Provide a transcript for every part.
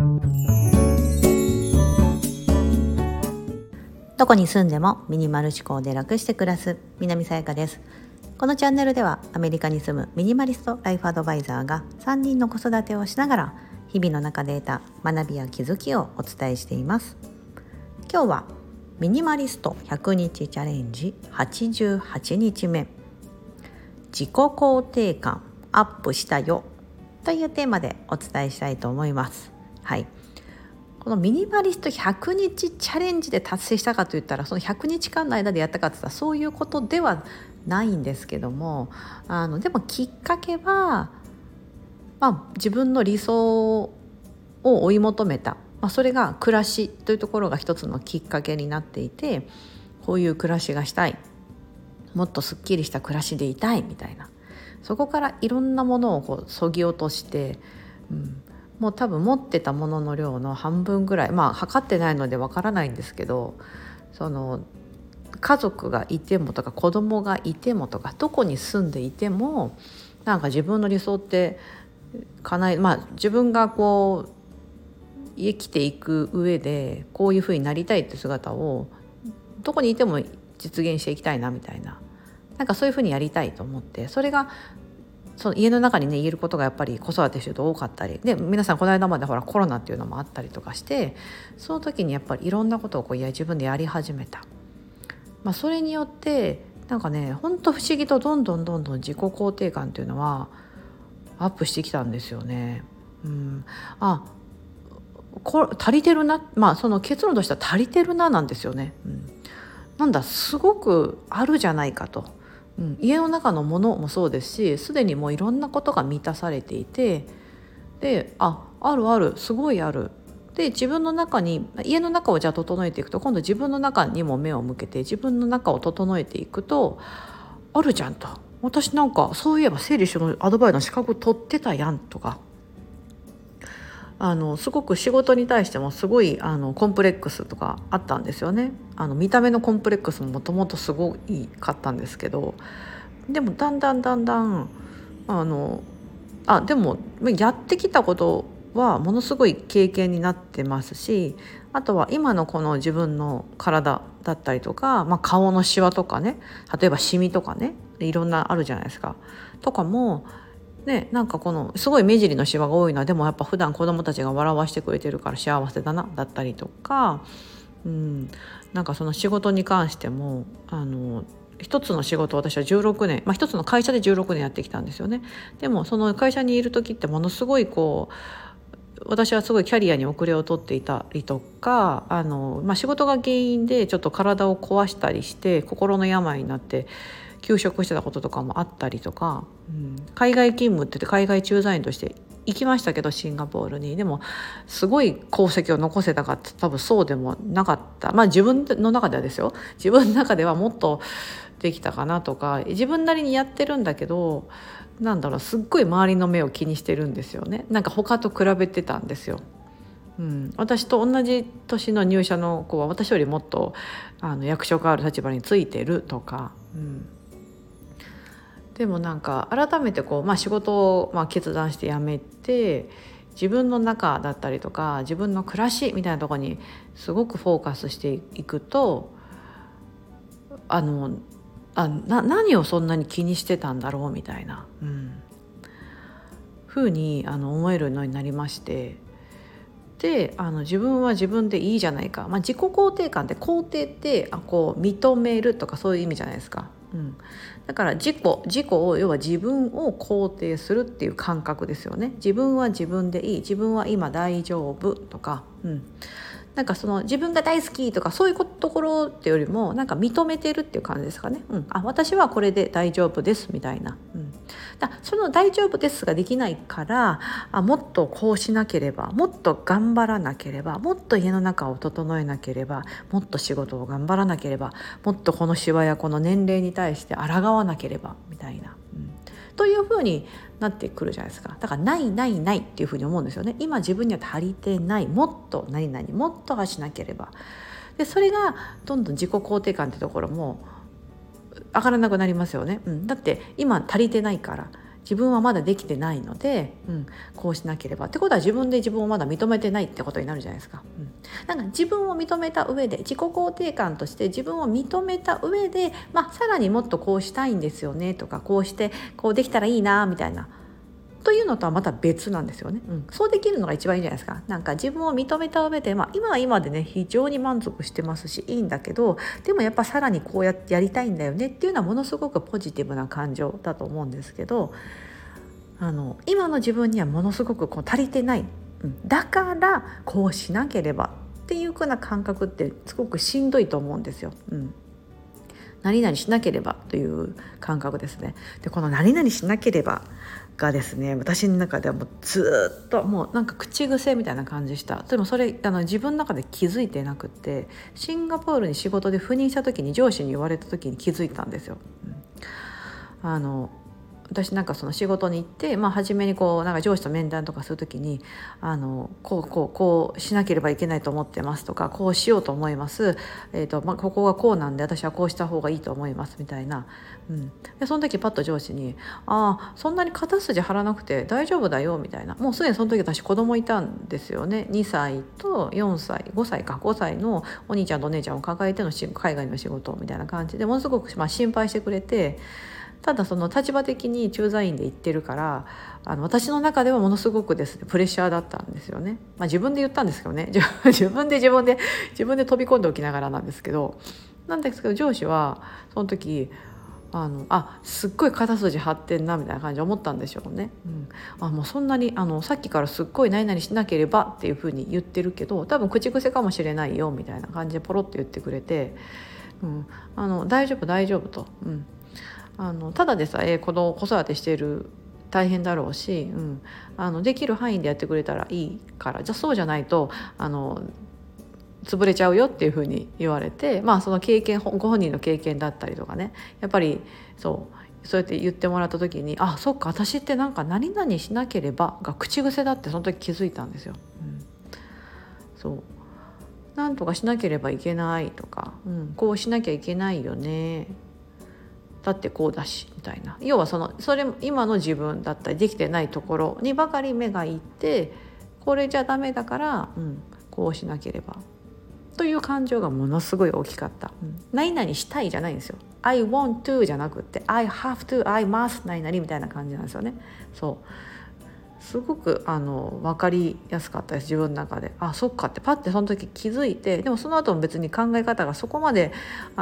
どこに住んでもミニマル思考で楽して暮らす南さやかです。このチャンネルではアメリカに住むミニマリストライフアドバイザーが3人の子育てをしながら日々の中で得た学びや気づきをお伝えしています。今日はミニマリスト100日チャレンジ88日目、自己肯定感アップしたよというテーマでお伝えしたいと思います。はい、このミニマリスト100日チャレンジで達成したかといったら、その100日間の間でやったかといったらそういうことではないんですけども、でもきっかけは、自分の理想を追い求めた、それが暮らしというところが一つのきっかけになっていて、こういう暮らしがしたい、もっとすっきりした暮らしでいたいみたいな、そこからいろんなものを削ぎ落として、もう多分持ってたものの量の半分ぐらい、測ってないのでわからないんですけど、その家族がいてもとか子供がいてもとか、どこに住んでいてもなんか自分の理想って自分がこう生きていく上でこういうふうになりたいって姿をどこにいても実現していきたいなみたいな、なんかそういうふうにやりたいと思って、それがその家の中にね言えることがやっぱり子育てしてると多かったりで、皆さんこの間までコロナっていうのもあったりとかして、その時にやっぱりいろんなことを自分でやり始めた。それによってなんかね、本当不思議とどんどん自己肯定感っていうのはアップしてきたんですよね。足りてるな、その結論としては足りてるななんですよね。なんだ、すごくあるじゃないかと。家の中のものもそうですし、すでにもういろんなことが満たされていて、であるすごいある。で自分の中に、家の中をじゃあ整えていくと、今度自分の中にも目を向けて自分の中を整えていくと、あるじゃんと、私なんかそういえば整理収納アドバイザーの資格取ってたやんとか、すごく仕事に対してもすごいコンプレックスとかあったんですよね。見た目のコンプレックスももともとすごいかったんですけど、でもだんだんでもやってきたことはものすごい経験になってますし、あとは今のこの自分の体だったりとか、顔のシワとかね、例えばシミとかね、いろんなあるじゃないですかとかもね、なんかこのすごい目尻のシワが多いのは、でもやっぱ普段子どもたちが笑わしてくれてるから幸せだなだったりとか、なんかその仕事に関しても一つの仕事を私は16年、一つの会社で16年やってきたんですよね。でもその会社にいる時ってものすごい私はすごいキャリアに遅れを取っていたりとか、仕事が原因でちょっと体を壊したりして心の病になって休職してたこととかもあったりとか、海外勤務って言って海外駐在員として行きましたけど、シンガポールに。でもすごい功績を残せたかって多分そうでもなかった。自分の中ではですよ、自分の中ではもっとできたかなとか、自分なりにやってるんだけど、すっごい周りの目を気にしてるんですよね。なんか他と比べてたんですよ。私と同じ年の入社の子は私よりもっと役職ある立場についてるとか、でもなんか改めて仕事を決断して辞めて、自分の中だったりとか自分の暮らしみたいなところにすごくフォーカスしていくと、何をそんなに気にしてたんだろうみたいな、ふうに思えるのになりまして、で自分は自分でいいじゃないか、自己肯定感って肯定って認めるとかそういう意味じゃないですか。だから自己を、要は自分を肯定するっていう感覚ですよね。自分は自分でいい、自分は今大丈夫とか、なんかその自分が大好きとかそういうところってよりも、なんか認めてるっていう感じですかね。私はこれで大丈夫ですみたいな。その大丈夫ですができないから、もっとこうしなければ、もっと頑張らなければ、もっと家の中を整えなければ、もっと仕事を頑張らなければ、もっとこのシワやこの年齢に対して抗わなければみたいな、というふうになってくるじゃないですか。だからないっていうふうに思うんですよね。今自分には足りてない、もっともっとはしなければ。でそれがどんどん自己肯定感ってところも上がらなくなりますよね。だって今足りてないから、 自分はまだできてないので、こうしなければってことは自分で自分をまだ認めてないってことになるじゃないですか。なんか自分を認めた上で自己肯定感として自分を認めた上で、さらにもっとこうしたいんですよねとか、こうしてこうできたらいいなみたいなというのとはまた別なんですよね。そうできるのが一番いいんじゃないですか。なんか自分を認めた上で、今は今でね非常に満足してますしいいんだけど、でもやっぱさらにこうやってやりたいんだよねっていうのはものすごくポジティブな感情だと思うんですけど、今の自分にはものすごくこう足りてない、だからこうしなければっていう風な感覚ってすごくしんどいと思うんですよ。何々しなければという感覚ですね。でこの何々しなければがですね、私の中ではもうずっともうなんか口癖みたいな感じした。でもそれ自分の中で気づいてなくて、シンガポールに仕事で赴任した時に上司に言われた時に気づいたんですよ。私なんかその仕事に行って、初めにこうなんか上司と面談とかするときにこうしなければいけないと思ってますとか、こうしようと思います、ここがこうなんで私はこうした方がいいと思いますみたいな、でその時パッと上司にそんなに肩筋張らなくて大丈夫だよみたいな、もうすでにその時私子供いたんですよね。2歳と4歳5歳のお兄ちゃんとお姉ちゃんを抱えての海外の仕事みたいな感じでものすごく心配してくれて、ただその立場的に駐在員で行ってるから私の中ではものすごくですねプレッシャーだったんですよね。自分で言ったんですけどね自分で飛び込んでおきながらなんですけど上司はその時すっごい肩筋張ってんなみたいな感じで思ったんでしょうね。もうそんなにさっきからすっごい何々しなければっていうふうに言ってるけど多分口癖かもしれないよみたいな感じでポロッと言ってくれて、大丈夫と。ただでさえ子育てしている大変だろうし、できる範囲でやってくれたらいいから、じゃあそうじゃないと潰れちゃうよっていうふうに言われて、その経験ご本人の経験だったりとかね、やっぱりそうやって言ってもらった時にそっか私ってなんか何々しなければが口癖だってその時気づいたんですよ。なんとかしなければいけないとか、こうしなきゃいけないよねだってこうだしみたいな、要はそれ今の自分だったりできてないところにばかり目がいって、これじゃダメだから、こうしなければという感情がものすごい大きかった。何々したいじゃないんですよ。I want to じゃなくて I have to I must 何々みたいな感じなんですよね。すごく分かりやすかったです、自分の中で。そっかってパッてその時気づいて、でもその後も別に考え方がそこまで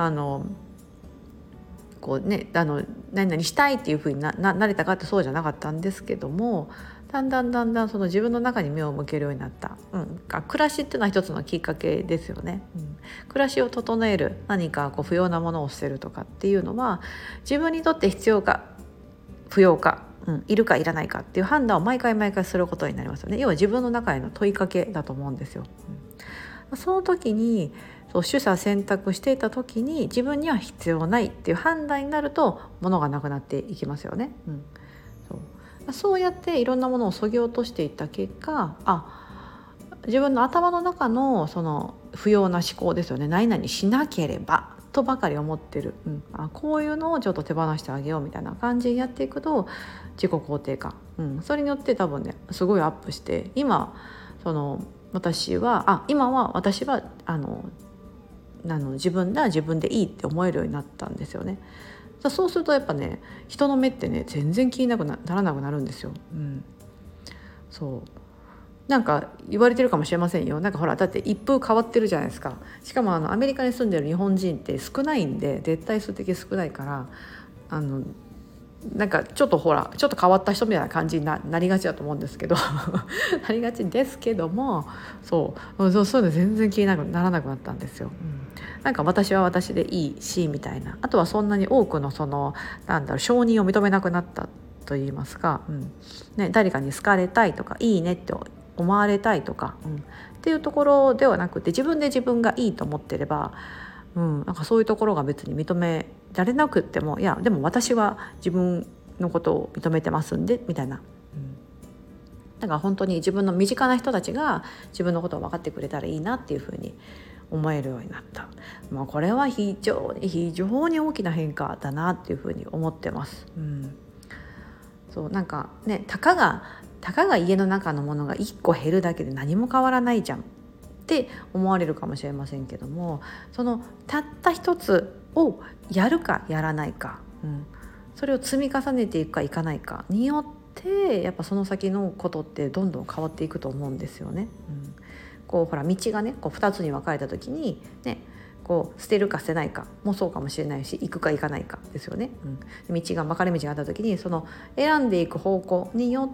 何々したいっていう風になれたかってそうじゃなかったんですけども、だんだんその自分の中に目を向けるようになった、暮らしっていうのは一つのきっかけですよね。暮らしを整える、何か不要なものを捨てるとかっていうのは自分にとって必要か不要か、いるかいらないかっていう判断を毎回することになりますよね。要は自分の中への問いかけだと思うんですよ。その時に取捨選択していた時に自分には必要ないっていう判断になると物がなくなっていきますよね。そうやっていろんなものを削ぎ落としていった結果、自分の頭の中のその不要な思考ですよね。何々しなければとばかり思ってる、こういうのをちょっと手放してあげようみたいな感じにやっていくと自己肯定感、それによって多分ねすごいアップして、今私は自分でいいって思えるようになったんですよね。そうするとやっぱね人の目ってね全然気にならなくなるんですよ。なんか言われてるかもしれませんよ。なんかほらだって一風変わってるじゃないですか。しかもアメリカに住んでる日本人って少ないんで、絶対数的少ないからなんかちょっと変わった人みたいな感じに なりがちだと思うんですけどなりがちですけども、そういうの全然気にならなくなったんですよ。なんか私は私でいいしみたいな、あとはそんなに多くの承認を認めなくなったと言いますか、誰かに好かれたいとかいいねって思われたいとか、っていうところではなくて、自分で自分がいいと思ってれば、なんかそういうところが別に認められなくっても、いやでも私は自分のことを認めてますんでみたいな、だから本当に自分の身近な人たちが自分のことを分かってくれたらいいなっていうふうに思えるようになった。これは非常に大きな変化だなっていうふうに思ってます。 そうなんかね、たかが家の中のものが1個減るだけで何も変わらないじゃんって思われるかもしれませんけども、そのたった一つをやるかやらないか、それを積み重ねていくかいかないかによってやっぱその先のことってどんどん変わっていくと思うんですよね。こうほら道がねこう2つに分かれた時にね、こう捨てるか捨てないかもそうかもしれないし、行くか行かないかですよね。道が分かれ道があった時にその選んでいく方向によって、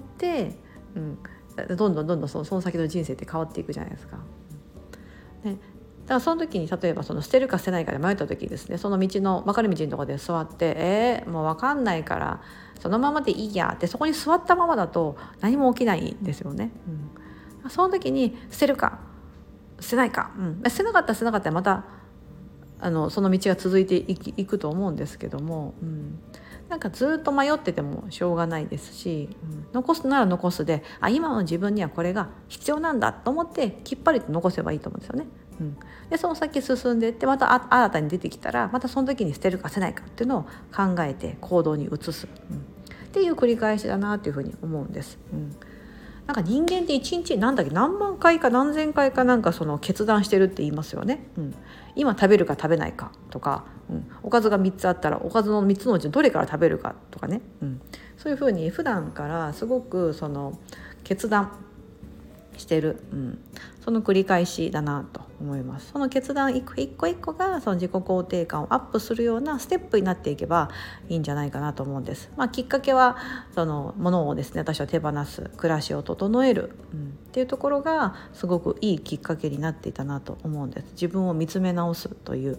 どんどんその先の人生って変わっていくじゃないですか。だからその時に例えばその捨てるか捨てないかで迷った時にですね、その道の分かれ道のところで座ってもう分かんないからそのままでいいやってそこに座ったままだと何も起きないんですよね。その時に捨てるか捨てないか、捨てなかったら捨てなかったらまたその道が続いていくと思うんですけども、なんかずっと迷っててもしょうがないですし、残すなら残すで今の自分にはこれが必要なんだと思ってきっぱりと残せばいいと思うんですよね。でその先進んでいってまた新たに出てきたらまたその時に捨てるか捨てないかっていうのを考えて行動に移す、っていう繰り返しだなというふうに思うんです。なんか人間って一日何万回か何千回かなんかその決断してるって言いますよね。今食べるか食べないかとか、おかずが3つあったらおかずの3つのうちどれから食べるかとかね、そういうふうに普段からすごくその決断してる、その繰り返しだなと思います。その決断一個一個がその自己肯定感をアップするようなステップになっていけばいいんじゃないかなと思うんです。きっかけはそのものをですね私は手放す、暮らしを整える、っていうところがすごくいいきっかけになっていたなと思うんです。自分を見つめ直すという、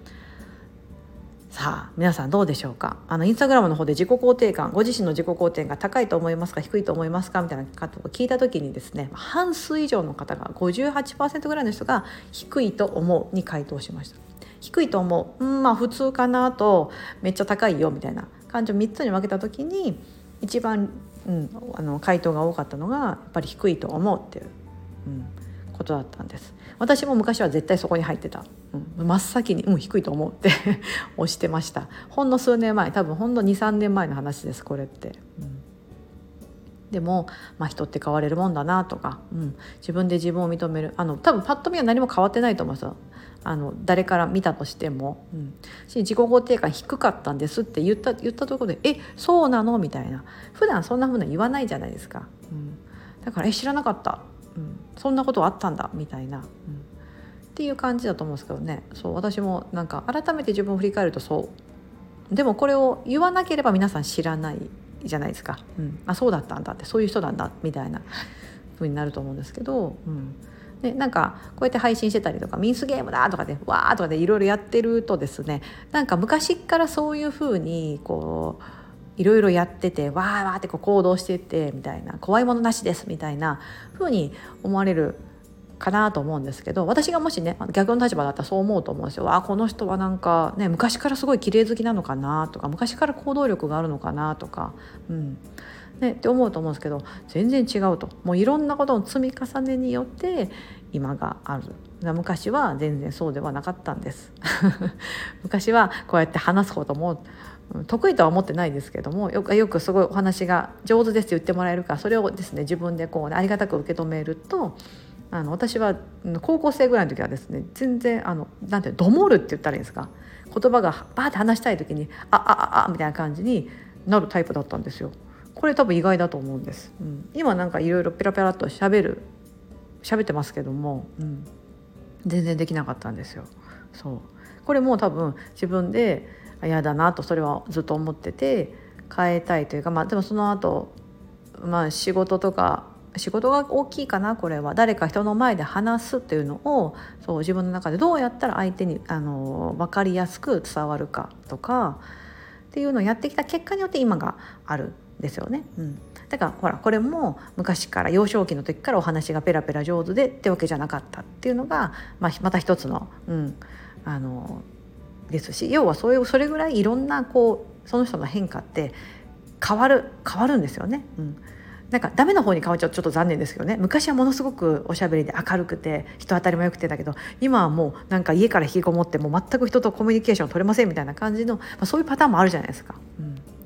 さあ皆さんどうでしょうか。インスタグラムの方で自己肯定感、ご自身の自己肯定感が高いと思いますか低いと思いますかみたいなことを聞いた時にですね、半数以上の方が 58% ぐらいの人が低いと思うに回答しました。低いと思う、普通かなとめっちゃ高いよみたいな感じを3つに分けた時に一番、回答が多かったのがやっぱり低いと思うっていう、ことだったんです。私も昔は絶対そこに入ってた、真っ先に、低いと思うって押してました。ほんの数年前、多分ほんの 2,3 年前の話ですこれって。でも、人って変われるもんだなとか、自分で自分を認める、多分パッと見は何も変わってないと思うんですよ。誰から見たとしても、自己肯定感低かったんですって言ったところでそうなのみたいな、普段そんな風に言わないじゃないですか。だから知らなかった、そんなことあったんだみたいな、っていう感じだと思うんですけどね。そう私もなんか改めて自分を振り返るとそうでもこれを言わなければ皆さん知らないじゃないですか。そうだったんだって、そういう人なんだみたいな風になると思うんですけど、でなんかこうやって配信してたりとかミンスゲームだとかでわーとかでいろいろやってるとですね、なんか昔からそういう風にこういろいろやっててわーわーってこう行動してってみたいな、怖いものなしですみたいな風に思われるかなと思うんですけど、私がもしね逆の立場だったらそう思うと思うんですよ。この人はなんかね昔からすごい綺麗好きなのかなとか、昔から行動力があるのかなとか、って思うと思うんですけど、全然違うと。もういろんなことの積み重ねによって今がある。昔は全然そうではなかったんです昔はこうやって話すことも得意とは思ってないですけども、よくすごいお話が上手ですって言ってもらえるから、それをですね自分でこう、ありがたく受け止めると、私は高校生ぐらいの時はですね全然なんてどもるって言ったらいいんですか、言葉がバーって話したい時にみたいな感じになるタイプだったんですよ。これ多分意外だと思うんです。今なんかいろいろペラペラっと喋ってますけども、全然できなかったんですよ。そうこれも多分自分で嫌だなとそれはずっと思ってて変えたいというか、でもその後、仕事が大きいかな。これは誰か人の前で話すっていうのを自分の中でどうやったら相手に分かりやすく伝わるかとかっていうのをやってきた結果によって今があるんですよね。だからほらこれも昔から幼少期の時からお話がペラペラ上手でってわけじゃなかったっていうのが、また一つの、ですし、要はそれぐらいいろんなその人の変化って変わるんですよね。なんかダメな方に変わっちゃうとちょっと残念ですけどね。昔はものすごくおしゃべりで明るくて人当たりも良くてだけど、今はもうなんか家から引きこもってもう全く人とコミュニケーション取れませんみたいな感じの、そういうパターンもあるじゃないですか。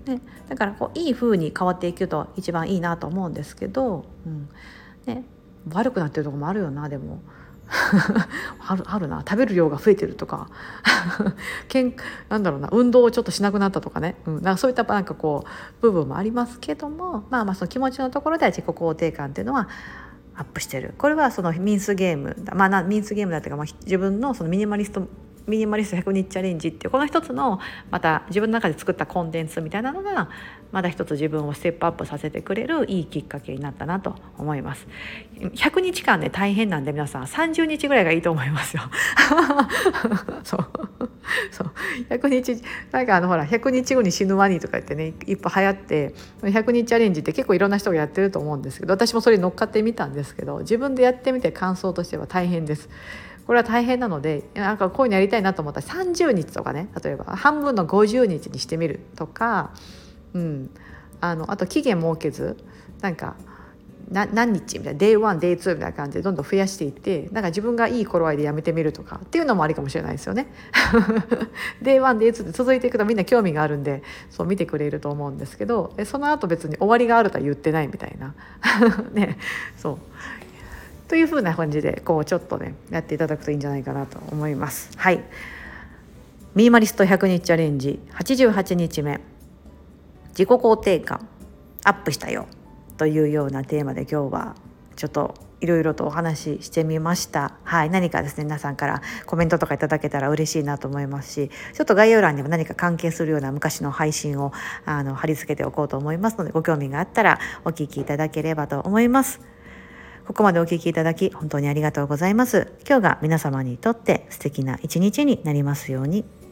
ね、だからいい風に変わっていくと一番いいなと思うんですけど、ね、悪くなってるところもあるよな。でもあるな。食べる量が増えてるとかなんだろうな、運動をちょっとしなくなったとかね、なんかそういった部分もありますけども、その気持ちのところでは自己肯定感っていうのはアップしてる。これはそのミンスゲームだ、ミンスゲームだっていうか、自分のそのミニマリスト100日チャレンジっていうこの一つのまた自分の中で作ったコンテンツみたいなのがまだ一つ自分をステップアップさせてくれるいいきっかけになったなと思います。100日間ね大変なんで、皆さん30日ぐらいがいいと思いますよそう100日なんかほら100日後に死ぬワニとか言ってね、いっぱい流行って100日チャレンジって結構いろんな人がやってると思うんですけど、私もそれに乗っかってみたんですけど、自分でやってみて感想としては大変です。これは大変なので、なんかこういうのやりたいなと思ったら30日とかね、例えば半分の50日にしてみるとか、あと期限設けず、なんか何日みたいな Day1 Day2 みたいな感じでどんどん増やしていって、なんか自分がいい頃合いでやめてみるとかっていうのもありかもしれないですよねDay1 Day2 って続いていくとみんな興味があるんでそう見てくれると思うんですけど、その後別に終わりがあるとは言ってないみたいなね、そうという風な感じでちょっとねやっていただくといいんじゃないかなと思います。はい、ミニマリスト100日チャレンジ88日目、自己肯定感アップしたよというようなテーマで今日はちょっといろいろとお話ししてみました。はい、何かですね皆さんからコメントとかいただけたら嬉しいなと思いますし、ちょっと概要欄にも何か関係するような昔の配信を貼り付けておこうと思いますので、ご興味があったらお聞きいただければと思います。ここまでお聞きいただき本当にありがとうございます。今日が皆様にとって素敵な一日になりますように。